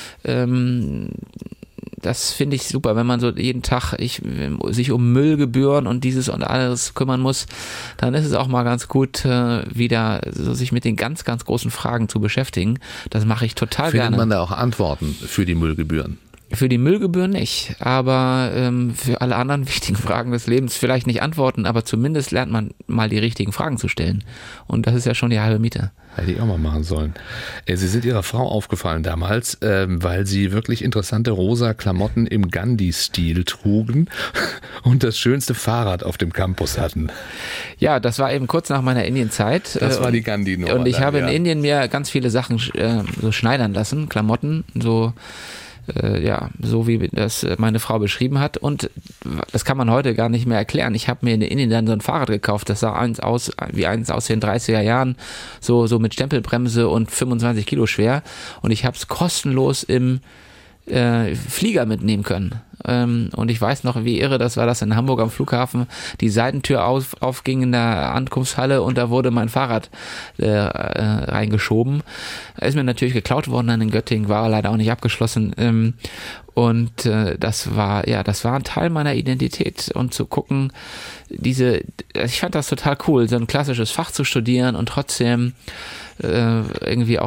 Das finde ich super, wenn man so jeden Tag sich um Müllgebühren und dieses und alles kümmern muss, dann ist es auch mal ganz gut, wieder so sich mit den ganz, ganz großen Fragen zu beschäftigen. Das mache ich total gerne. Findet man da auch Antworten für die Müllgebühren? Für die Müllgebühren nicht, aber für alle anderen wichtigen Fragen des Lebens vielleicht nicht antworten, aber zumindest lernt man mal die richtigen Fragen zu stellen. Und das ist ja schon die halbe Miete. Hätte ich auch mal machen sollen. Sie sind Ihrer Frau aufgefallen damals, weil Sie wirklich interessante rosa Klamotten im Gandhi-Stil trugen und das schönste Fahrrad auf dem Campus hatten. Ja, das war eben kurz nach meiner Indienzeit. Das war die Gandhi-Nummer. Und ich habe in Indien mir ganz viele Sachen so schneidern lassen, Klamotten, so wie das meine Frau beschrieben hat und das kann man heute gar nicht mehr erklären. Ich habe mir in Indien dann so ein Fahrrad gekauft, das sah eins aus den 30er Jahren, so mit Stempelbremse und 25 Kilo schwer und ich habe es kostenlos im Flieger mitnehmen können. Und ich weiß noch, wie irre das war, dass in Hamburg am Flughafen die Seitentür aufging in der Ankunftshalle und da wurde mein Fahrrad reingeschoben. Ist mir natürlich geklaut worden dann in Göttingen, war leider auch nicht abgeschlossen. Und das war ein Teil meiner Identität und zu gucken, ich fand das total cool, so ein klassisches Fach zu studieren und trotzdem irgendwie auch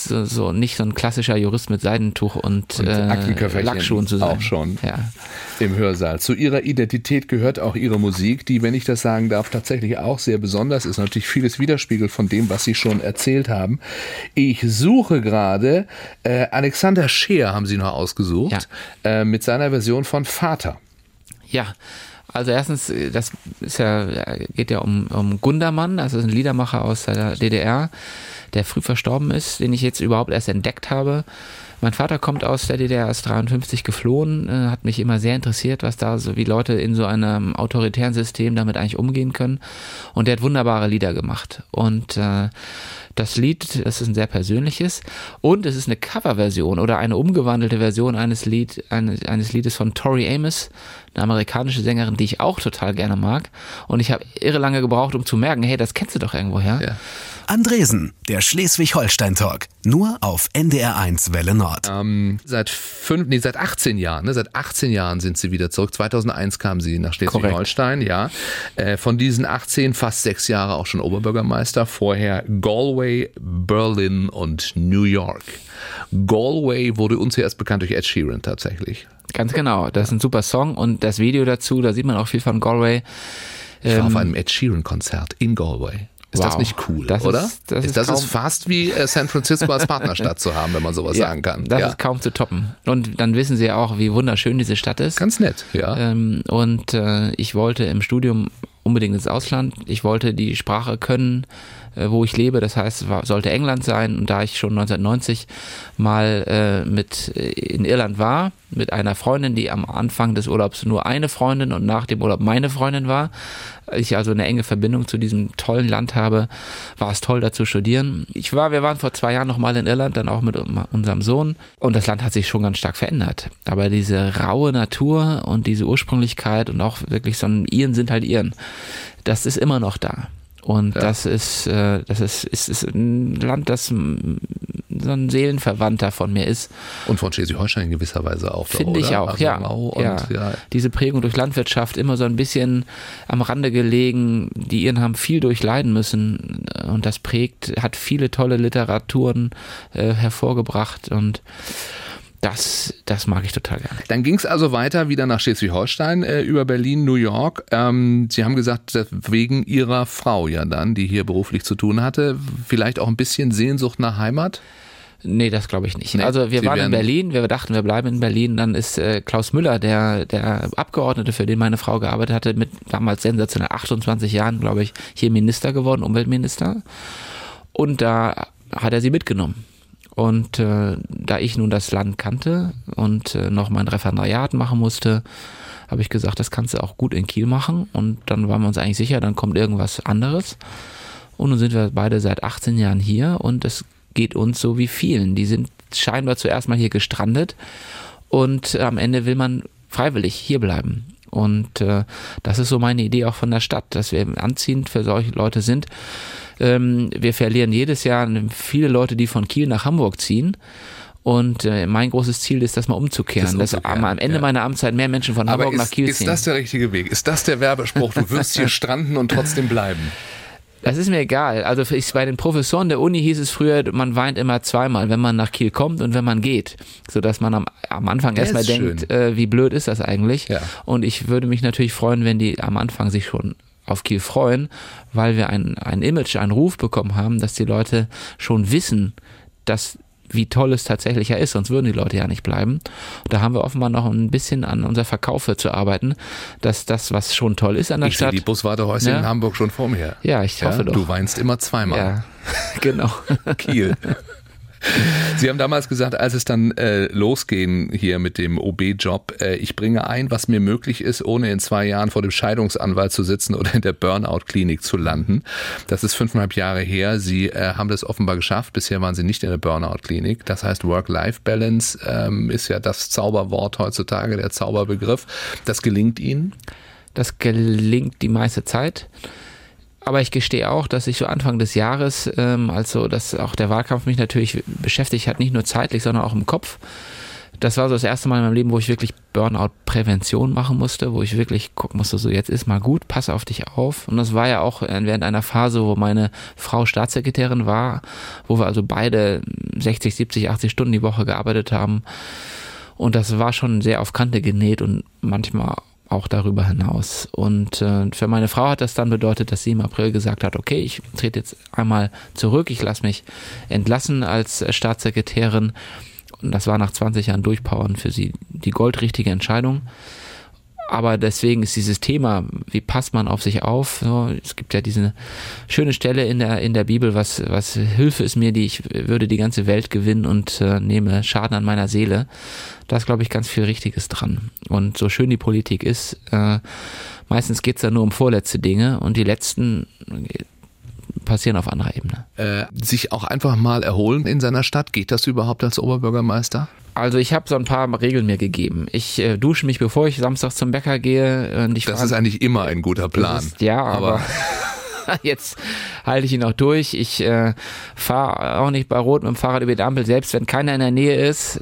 ist so nicht so ein klassischer Jurist mit Seidentuch und Lackschuhen zu sein. Auch schon im Hörsaal. Zu ihrer Identität gehört auch ihre Musik, die, wenn ich das sagen darf, tatsächlich auch sehr besonders ist. Natürlich vieles widerspiegelt von dem, was Sie schon erzählt haben. Ich suche gerade, Alexander Scheer haben Sie noch ausgesucht, mit seiner Version von Vater. Ja, also erstens, das ist geht ja um Gundermann, also ein Liedermacher aus der DDR, der früh verstorben ist, den ich jetzt überhaupt erst entdeckt habe. Mein Vater kommt aus der DDR, ist 53 geflohen, hat mich immer sehr interessiert, was da so wie Leute in so einem autoritären System damit eigentlich umgehen können. Und der hat wunderbare Lieder gemacht. Und das Lied, das ist ein sehr persönliches und es ist eine Coverversion oder eine umgewandelte Version eines Liedes von Tori Amos, eine amerikanische Sängerin, die ich auch total gerne mag. Und ich habe irre lange gebraucht, um zu merken, hey, das kennst du doch irgendwoher. Ja. Andresen, der Schleswig-Holstein-Talk. Nur auf NDR1 Welle Nord. Seit 18 Jahren, ne? Seit 18 Jahren sind sie wieder zurück. 2001 kamen sie nach Schleswig-Holstein, ja. Von diesen 18 fast 6 Jahre auch schon Oberbürgermeister. Vorher Galway, Berlin und New York. Galway wurde uns zuerst bekannt durch Ed Sheeran tatsächlich. Ganz genau, das ist ein super Song und das Video dazu, da sieht man auch viel von Galway. Ich war auf einem Ed Sheeran-Konzert in Galway. Ist das nicht cool, oder? Das ist fast wie San Francisco als Partnerstadt zu haben, wenn man sowas sagen kann. Das ist kaum zu toppen. Und dann wissen Sie ja auch, wie wunderschön diese Stadt ist. Ganz nett, ja. Und ich wollte im Studium unbedingt ins Ausland. Ich wollte die Sprache können, wo ich lebe. Das heißt, sollte England sein. Und da ich schon 1990 mal in Irland war, mit einer Freundin, die am Anfang des Urlaubs nur eine Freundin und nach dem Urlaub meine Freundin war, ich also eine enge Verbindung zu diesem tollen Land habe, war es toll, da zu studieren. Wir waren vor 2 Jahren noch mal in Irland, dann auch mit unserem Sohn. Und das Land hat sich schon ganz stark verändert. Aber diese raue Natur und diese Ursprünglichkeit und auch wirklich so ein Iren sind halt Iren, das ist immer noch da. Und das ist ein Land, das so ein Seelenverwandter von mir ist. Und von Schleswig-Holstein in gewisser Weise auch. Finde ich auch, also ja. Diese Prägung durch Landwirtschaft, immer so ein bisschen am Rande gelegen. Die Iren haben viel durchleiden müssen und das hat viele tolle Literaturen hervorgebracht und das mag ich total gerne. Dann ging es also weiter wieder nach Schleswig-Holstein, über Berlin, New York. Sie haben gesagt, wegen Ihrer Frau ja dann, die hier beruflich zu tun hatte, vielleicht auch ein bisschen Sehnsucht nach Heimat? Nee, das glaube ich nicht. Nee, also wir waren in Berlin, wir dachten, wir bleiben in Berlin. Dann ist Klaus Müller, der Abgeordnete, für den meine Frau gearbeitet hatte, mit damals sensationell 28 Jahren, glaube ich, hier Minister geworden, Umweltminister. Und da hat er sie mitgenommen. Und da ich nun das Land kannte und noch mein Referendariat machen musste, habe ich gesagt, das kannst du auch gut in Kiel machen. Und dann waren wir uns eigentlich sicher, dann kommt irgendwas anderes. Und nun sind wir beide seit 18 Jahren hier und es geht uns so wie vielen. Die sind scheinbar zuerst mal hier gestrandet und am Ende will man freiwillig hier bleiben. Und das ist so meine Idee auch von der Stadt, dass wir anziehend für solche Leute sind. Wir verlieren jedes Jahr viele Leute, die von Kiel nach Hamburg ziehen. Und mein großes Ziel ist, das mal umzukehren. Dass am Ende meiner Amtszeit mehr Menschen von Hamburg nach Kiel ziehen. Ist das der richtige Weg? Ist das der Werbespruch? Du wirst hier stranden und trotzdem bleiben. Das ist mir egal. Also bei den Professoren der Uni hieß es früher, man weint immer zweimal, wenn man nach Kiel kommt und wenn man geht. Sodass man am Anfang erstmal denkt, wie blöd ist das eigentlich? Ja. Und ich würde mich natürlich freuen, wenn die am Anfang sich schon auf Kiel freuen, weil wir ein Image, einen Ruf bekommen haben, dass die Leute schon wissen, wie toll es tatsächlich ja ist, sonst würden die Leute ja nicht bleiben. Und da haben wir offenbar noch ein bisschen an unser Verkauf zu arbeiten, dass das, was schon toll ist an der Stadt... Ich sehe die Buswartehäuschen in Hamburg schon vor mir. Ja, ich hoffe doch. Du weinst immer zweimal. Ja, genau. Kiel. Sie haben damals gesagt, als es dann losging hier mit dem OB-Job, ich bringe ein, was mir möglich ist, ohne in 2 Jahren vor dem Scheidungsanwalt zu sitzen oder in der Burnout-Klinik zu landen. Das ist 5,5 Jahre her. Sie haben das offenbar geschafft. Bisher waren Sie nicht in der Burnout-Klinik. Das heißt, Work-Life-Balance ist ja das Zauberwort heutzutage, der Zauberbegriff. Das gelingt Ihnen? Das gelingt die meiste Zeit. Aber ich gestehe auch, dass ich so Anfang des Jahres, dass auch der Wahlkampf mich natürlich beschäftigt hat, nicht nur zeitlich, sondern auch im Kopf, Das war so das erste Mal in meinem Leben, wo ich wirklich Burnout-Prävention machen musste, wo ich wirklich gucken musste, so jetzt ist mal gut, pass auf dich auf. Und das war ja auch während einer Phase, wo meine Frau Staatssekretärin war, wo wir also beide 60, 70, 80 Stunden die Woche gearbeitet haben. Und das war schon sehr auf Kante genäht und manchmal auch darüber hinaus. Und für meine Frau hat das dann bedeutet, dass sie im April gesagt hat, okay, ich trete jetzt einmal zurück, ich lasse mich entlassen als Staatssekretärin. Und das war nach 20 Jahren Durchpowern für sie die goldrichtige Entscheidung. Aber deswegen ist dieses Thema, wie passt man auf sich auf? So, es gibt ja diese schöne Stelle in der Bibel, was Hilfe ist mir, ich würde die ganze Welt gewinnen und nehme Schaden an meiner Seele. Da ist, glaube ich, ganz viel Richtiges dran. Und so schön die Politik ist, meistens geht es da nur um vorletzte Dinge und die letzten passieren auf anderer Ebene. Sich auch einfach mal erholen in seiner Stadt, geht das überhaupt als Oberbürgermeister? Also ich habe so ein paar Regeln mir gegeben. Ich dusche mich, bevor ich samstags zum Bäcker gehe. Und das ist eigentlich immer ein guter Plan. Aber jetzt halte ich ihn auch durch. Ich fahre auch nicht bei Rot mit dem Fahrrad über die Ampel, selbst wenn keiner in der Nähe ist.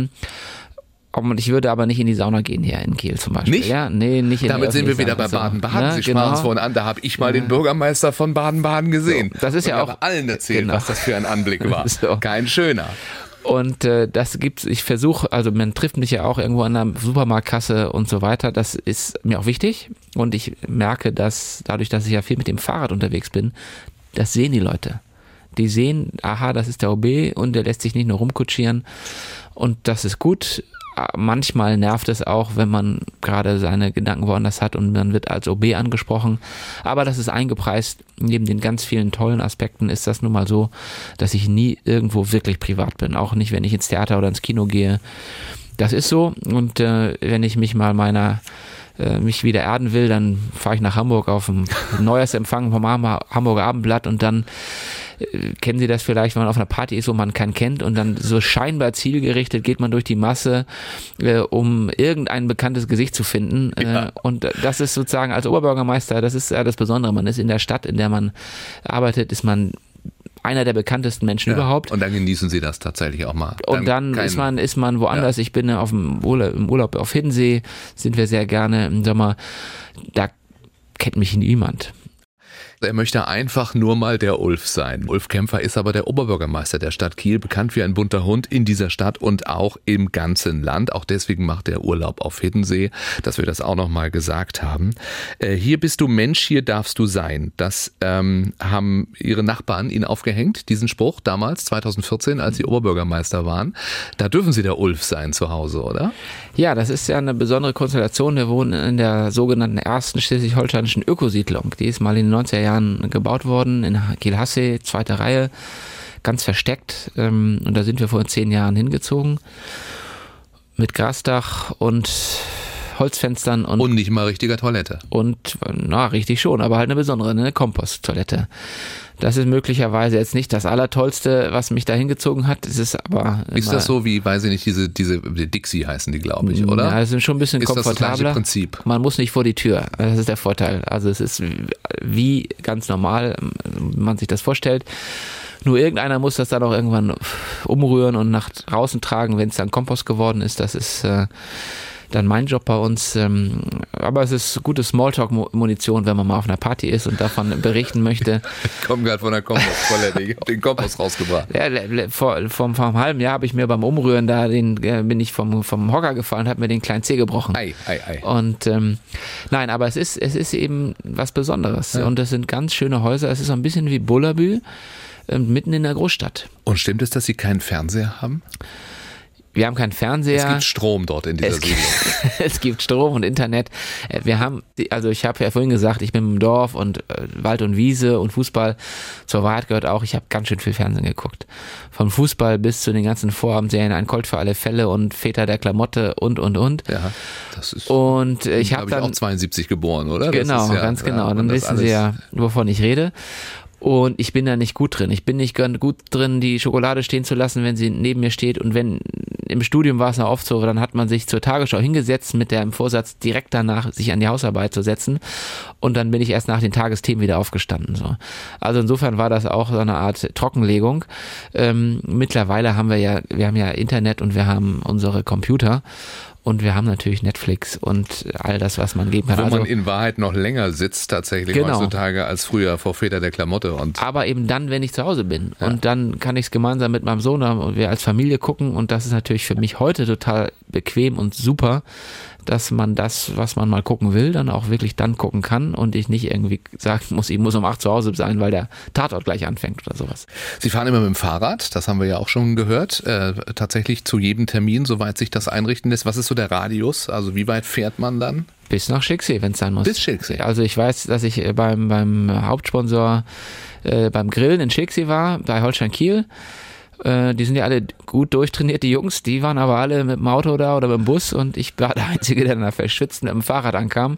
Und ich würde aber nicht in die Sauna gehen hier in Kiel zum Beispiel. Nicht? Ja, nee, nicht in Damit sind wir wieder bei Baden-Baden. Ja, Sie sprachen es vorhin an, da habe ich mal den Bürgermeister von Baden-Baden gesehen. So, das ist ja auch allen erzählt, was das für ein Anblick war. So. Kein schöner. Und das gibt's, ich versuche, also man trifft mich ja auch irgendwo an der Supermarktkasse und so weiter, das ist mir auch wichtig und ich merke, dass dadurch, dass ich ja viel mit dem Fahrrad unterwegs bin, das sehen die Leute. Die sehen, aha, das ist der OB und der lässt sich nicht nur rumkutschieren und das ist gut. Manchmal nervt es auch, wenn man gerade seine Gedanken woanders hat und man wird als OB angesprochen. Aber das ist eingepreist. Neben den ganz vielen tollen Aspekten ist das nun mal so, dass ich nie irgendwo wirklich privat bin. Auch nicht, wenn ich ins Theater oder ins Kino gehe. Das ist so. Und wenn ich mich mal mich wieder erden will, dann fahre ich nach Hamburg auf ein Neujahrsempfang vom Hamburger Abendblatt und dann kennen Sie das vielleicht, wenn man auf einer Party ist, wo man keinen kennt und dann so scheinbar zielgerichtet geht man durch die Masse, um irgendein bekanntes Gesicht zu finden. Ja. Und das ist sozusagen als Oberbürgermeister, das ist ja das Besondere. Man ist in der Stadt, in der man arbeitet, ist man einer der bekanntesten Menschen überhaupt. Und dann genießen Sie das tatsächlich auch mal. Und dann ist man woanders. Ja. Ich bin im Urlaub auf Hiddensee, sind wir sehr gerne im Sommer. Da kennt mich niemand. Er möchte einfach nur mal der Ulf sein. Ulf Kämpfer ist aber der Oberbürgermeister der Stadt Kiel, bekannt wie ein bunter Hund in dieser Stadt und auch im ganzen Land. Auch deswegen macht er Urlaub auf Hiddensee, dass wir das auch noch mal gesagt haben. Hier bist du Mensch, hier darfst du sein. Das haben Ihre Nachbarn Ihnen aufgehängt, diesen Spruch damals, 2014, als Sie Oberbürgermeister waren. Da dürfen Sie der Ulf sein zu Hause, oder? Ja, das ist ja eine besondere Konstellation. Wir wohnen in der sogenannten ersten schleswig-holsteinischen Ökosiedlung. Die ist mal in den 90er Jahren gebaut worden, in Kiel-Hassee, zweite Reihe, ganz versteckt. Und da sind wir vor 10 Jahren hingezogen. Mit Grasdach und Holzfenstern. Und nicht mal richtiger Toilette. Und, richtig schon, aber halt eine besondere, eine Komposttoilette. Das ist möglicherweise jetzt nicht das Allertollste, was mich da hingezogen hat. Es ist aber. Ist das so wie, weiß ich nicht, diese Dixie heißen die, glaube ich, oder? Ja, es ist schon ein bisschen komfortabler. Ist das gleiche Prinzip? Man muss nicht vor die Tür. Das ist der Vorteil. Also es ist wie ganz normal, man sich das vorstellt. Nur irgendeiner muss das dann auch irgendwann umrühren und nach draußen tragen, wenn es dann Kompost geworden ist. Das ist dann mein Job bei uns. Aber es ist gute Smalltalk-Munition, wenn man mal auf einer Party ist und davon berichten möchte. Ich komme gerade von der Komposttoilette, ich habe den Kompost rausgebracht. Ja, vor einem halben Jahr habe ich mir beim Umrühren bin ich vom Hocker gefallen, habe mir den kleinen Zeh gebrochen. Ei. Und nein, aber es ist eben was Besonderes. Ja. Und es sind ganz schöne Häuser. Es ist so ein bisschen wie Bullabü, mitten in der Großstadt. Und stimmt es, dass Sie keinen Fernseher haben? Wir haben keinen Fernseher. Es gibt Strom dort in dieser Siedlung. Es gibt Strom und Internet. Ich habe ja vorhin gesagt, ich bin im Dorf und Wald und Wiese und Fußball. Zur Wahrheit gehört auch, ich habe ganz schön viel Fernsehen geguckt. Vom Fußball bis zu den ganzen Vorabendserien, Ein Colt für alle Fälle und Väter der Klamotte und. Ja, das ist. Und ich habe dann auch 72 geboren, oder? Genau, das ist ganz genau. Dann wissen Sie ja, wovon ich rede. Und ich bin da nicht gut drin. Ich bin nicht gut drin, die Schokolade stehen zu lassen, wenn sie neben mir steht. Und wenn im Studium war es noch oft so, dann hat man sich zur Tagesschau hingesetzt mit dem Vorsatz, direkt danach sich an die Hausarbeit zu setzen und dann bin ich erst nach den Tagesthemen wieder aufgestanden. So. Also insofern war das auch so eine Art Trockenlegung. Mittlerweile haben wir haben ja Internet und wir haben unsere Computer. Und wir haben natürlich Netflix und all das, was man geben kann. Wo man in Wahrheit noch länger sitzt tatsächlich heutzutage als früher vor Väter der Klamotte. Aber eben dann, wenn ich zu Hause bin. Ja. Und dann kann ich es gemeinsam mit meinem Sohn und wir als Familie gucken. Und das ist natürlich für mich heute total bequem und super, dass man das, was man mal gucken will, dann auch wirklich dann gucken kann und ich nicht irgendwie sagen muss, ich muss um 8 zu Hause sein, weil der Tatort gleich anfängt oder sowas. Sie fahren immer mit dem Fahrrad, das haben wir ja auch schon gehört, tatsächlich zu jedem Termin, soweit sich das einrichten lässt. Was ist so der Radius? Also wie weit fährt man dann? Bis nach Schicksee, wenn es sein muss. Bis Schicksee. Also ich weiß, dass ich beim Hauptsponsor beim Grillen in Schicksee war, bei Holstein Kiel. Die sind ja alle gut durchtrainiert, die Jungs, die waren aber alle mit dem Auto da oder mit dem Bus und ich war der Einzige, der dann verschwitzt mit dem Fahrrad ankam.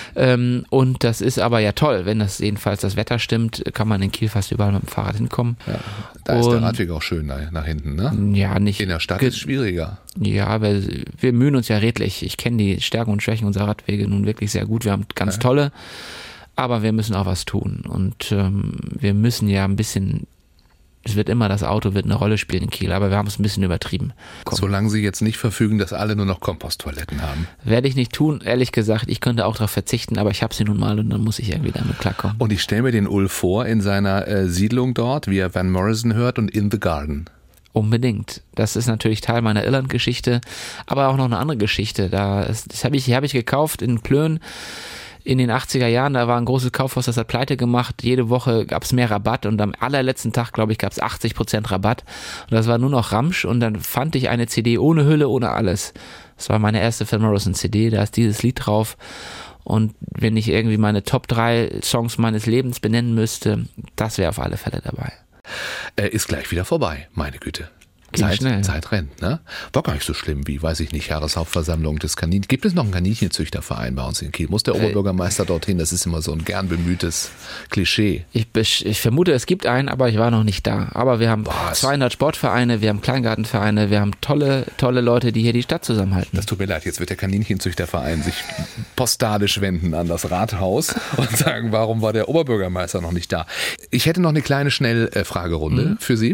Und das ist aber ja toll, wenn das jedenfalls das Wetter stimmt, kann man in Kiel fast überall mit dem Fahrrad hinkommen. Ja, da ist der Radweg auch schön nach hinten, ne? Ja, nicht. In der Stadt ist es schwieriger. Ja, aber wir mühen uns ja redlich. Ich kenne die Stärken und Schwächen unserer Radwege nun wirklich sehr gut. Wir haben ganz tolle, aber wir müssen auch was tun und wir müssen ja ein bisschen. Es wird immer, das Auto wird eine Rolle spielen in Kiel, aber wir haben es ein bisschen übertrieben. Solange Sie jetzt nicht verfügen, dass alle nur noch Komposttoiletten haben. Werde ich nicht tun, ehrlich gesagt. Ich könnte auch darauf verzichten, aber ich habe sie nun mal und dann muss ich irgendwie damit klarkommen. Und ich stelle mir den Ulf vor in seiner Siedlung dort, wie er Van Morrison hört und In the Garden. Unbedingt. Das ist natürlich Teil meiner Irland-Geschichte, aber auch noch eine andere Geschichte. Das hab ich gekauft in Plön. In den 80er Jahren, da war ein großes Kaufhaus, das hat pleite gemacht. Jede Woche gab es mehr Rabatt und am allerletzten Tag, glaube ich, gab es 80% Rabatt. Und das war nur noch Ramsch und dann fand ich eine CD ohne Hülle, ohne alles. Das war meine erste Van Morrison CD, da ist dieses Lied drauf. Und wenn ich irgendwie meine Top 3 Songs meines Lebens benennen müsste, das wäre auf alle Fälle dabei. Ist gleich wieder vorbei, meine Güte. Zeit rennt, ne? War gar nicht so schlimm wie, weiß ich nicht, Jahreshauptversammlung des Kaninchen. Gibt es noch einen Kaninchenzüchterverein bei uns in Kiel? Muss der Oberbürgermeister dorthin? Das ist immer so ein gern bemühtes Klischee. Ich vermute, es gibt einen, aber ich war noch nicht da. Aber wir haben 200 Sportvereine, wir haben Kleingartenvereine, wir haben tolle Leute, die hier die Stadt zusammenhalten. Das tut mir leid, jetzt wird der Kaninchenzüchterverein sich postalisch wenden an das Rathaus und sagen, warum war der Oberbürgermeister noch nicht da? Ich hätte noch eine kleine Schnellfragerunde für Sie.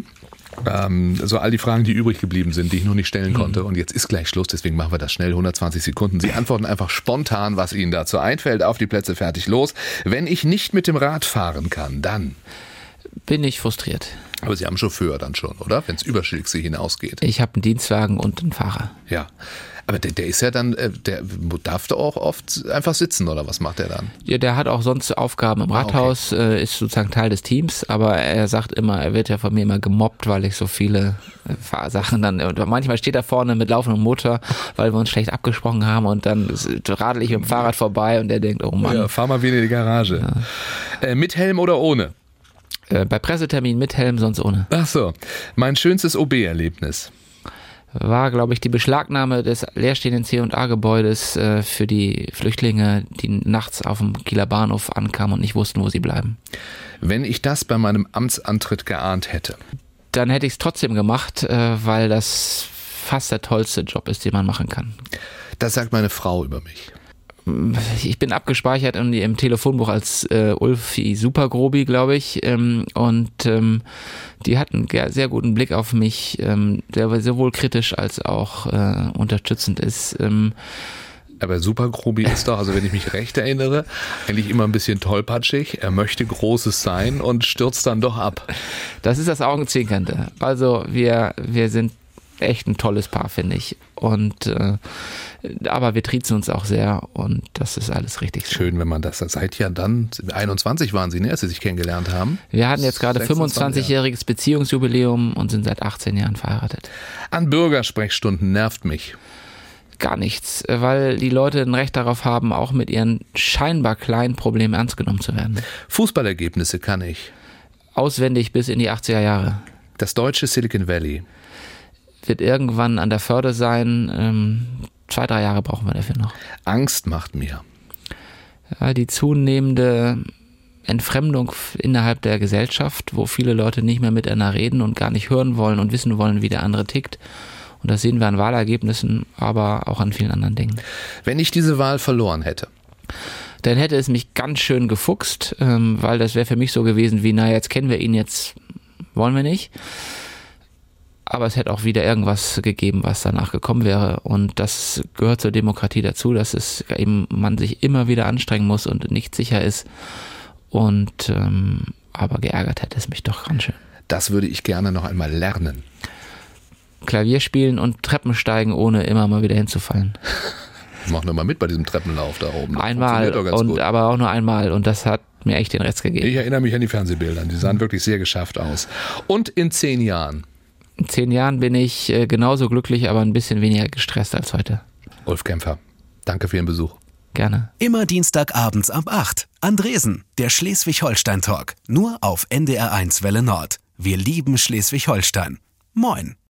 So all die Fragen, die übrig geblieben sind, die ich noch nicht stellen konnte. Und jetzt ist gleich Schluss, deswegen machen wir das schnell, 120 Sekunden. Sie antworten einfach spontan, was Ihnen dazu einfällt. Auf die Plätze, fertig, los. Wenn ich nicht mit dem Rad fahren kann, dann bin ich frustriert. Aber Sie haben Chauffeur dann schon, oder? Wenn es über Schicksee hinausgeht. Ich habe einen Dienstwagen und einen Fahrer. Ja. Aber der ist ja dann, der darf doch auch oft einfach sitzen, oder was macht der dann? Ja, der hat auch sonst Aufgaben im Rathaus, ist sozusagen Teil des Teams, aber er sagt immer, er wird ja von mir immer gemobbt, weil ich so viele Sachen dann, und manchmal steht er vorne mit laufendem Motor, weil wir uns schlecht abgesprochen haben und dann radel ich mit dem Fahrrad vorbei und der denkt, oh Mann. Ja, fahr mal wieder in die Garage. Ja. Mit Helm oder ohne? Bei Pressetermin mit Helm, sonst ohne. Ach so, mein schönstes OB-Erlebnis war, glaube ich, die Beschlagnahme des leerstehenden C&A-Gebäudes für die Flüchtlinge, die nachts auf dem Kieler Bahnhof ankamen und nicht wussten, wo sie bleiben. Wenn ich das bei meinem Amtsantritt geahnt hätte? Dann hätte ich es trotzdem gemacht, weil das fast der tollste Job ist, den man machen kann. Das sagt meine Frau über mich. Ich bin abgespeichert im Telefonbuch als Ulfi Supergrobi, glaube ich, und die hatten einen sehr guten Blick auf mich, der sowohl kritisch als auch unterstützend ist. Aber Supergrobi ist doch, also wenn ich mich recht erinnere, eigentlich immer ein bisschen tollpatschig. Er möchte Großes sein und stürzt dann doch ab. Das ist das Augenzwinkernde. Also wir sind echt ein tolles Paar, finde ich. Und aber wir triezen uns auch sehr und das ist alles richtig so. Schön, wenn man das seit ja dann 21 waren Sie, ne, als Sie sich kennengelernt haben. Wir hatten jetzt gerade 25-jähriges Beziehungsjubiläum und sind seit 18 Jahren verheiratet. An Bürgersprechstunden nervt mich gar nichts, weil die Leute ein Recht darauf haben, auch mit ihren scheinbar kleinen Problemen ernst genommen zu werden. Fußballergebnisse kann ich auswendig bis in die 80er Jahre. Das deutsche Silicon Valley wird irgendwann an der Förde sein. 2-3 Jahre brauchen wir dafür noch. Angst macht mir. Ja, die zunehmende Entfremdung innerhalb der Gesellschaft, wo viele Leute nicht mehr miteinander reden und gar nicht hören wollen und wissen wollen, wie der andere tickt. Und das sehen wir an Wahlergebnissen, aber auch an vielen anderen Dingen. Wenn ich diese Wahl verloren hätte? Dann hätte es mich ganz schön gefuchst, weil das wäre für mich so gewesen wie, jetzt kennen wir ihn, jetzt wollen wir nicht. Aber es hätte auch wieder irgendwas gegeben, was danach gekommen wäre. Und das gehört zur Demokratie dazu, dass es eben man sich immer wieder anstrengen muss und nicht sicher ist. Und aber geärgert hätte es mich doch ganz schön. Das würde ich gerne noch einmal lernen. Klavier spielen und Treppen steigen, ohne immer mal wieder hinzufallen. Ich mache nur mal mit bei diesem Treppenlauf da oben. Das einmal, aber auch nur einmal. Und das hat mir echt den Rest gegeben. Ich erinnere mich an die Fernsehbilder. Die sahen wirklich sehr geschafft aus. Und in 10 Jahren? In 10 Jahren bin ich genauso glücklich, aber ein bisschen weniger gestresst als heute. Ulf Kämpfer, danke für Ihren Besuch. Gerne. Immer Dienstagabends ab 8. Andresen, der Schleswig-Holstein-Talk. Nur auf NDR1 Welle Nord. Wir lieben Schleswig-Holstein. Moin.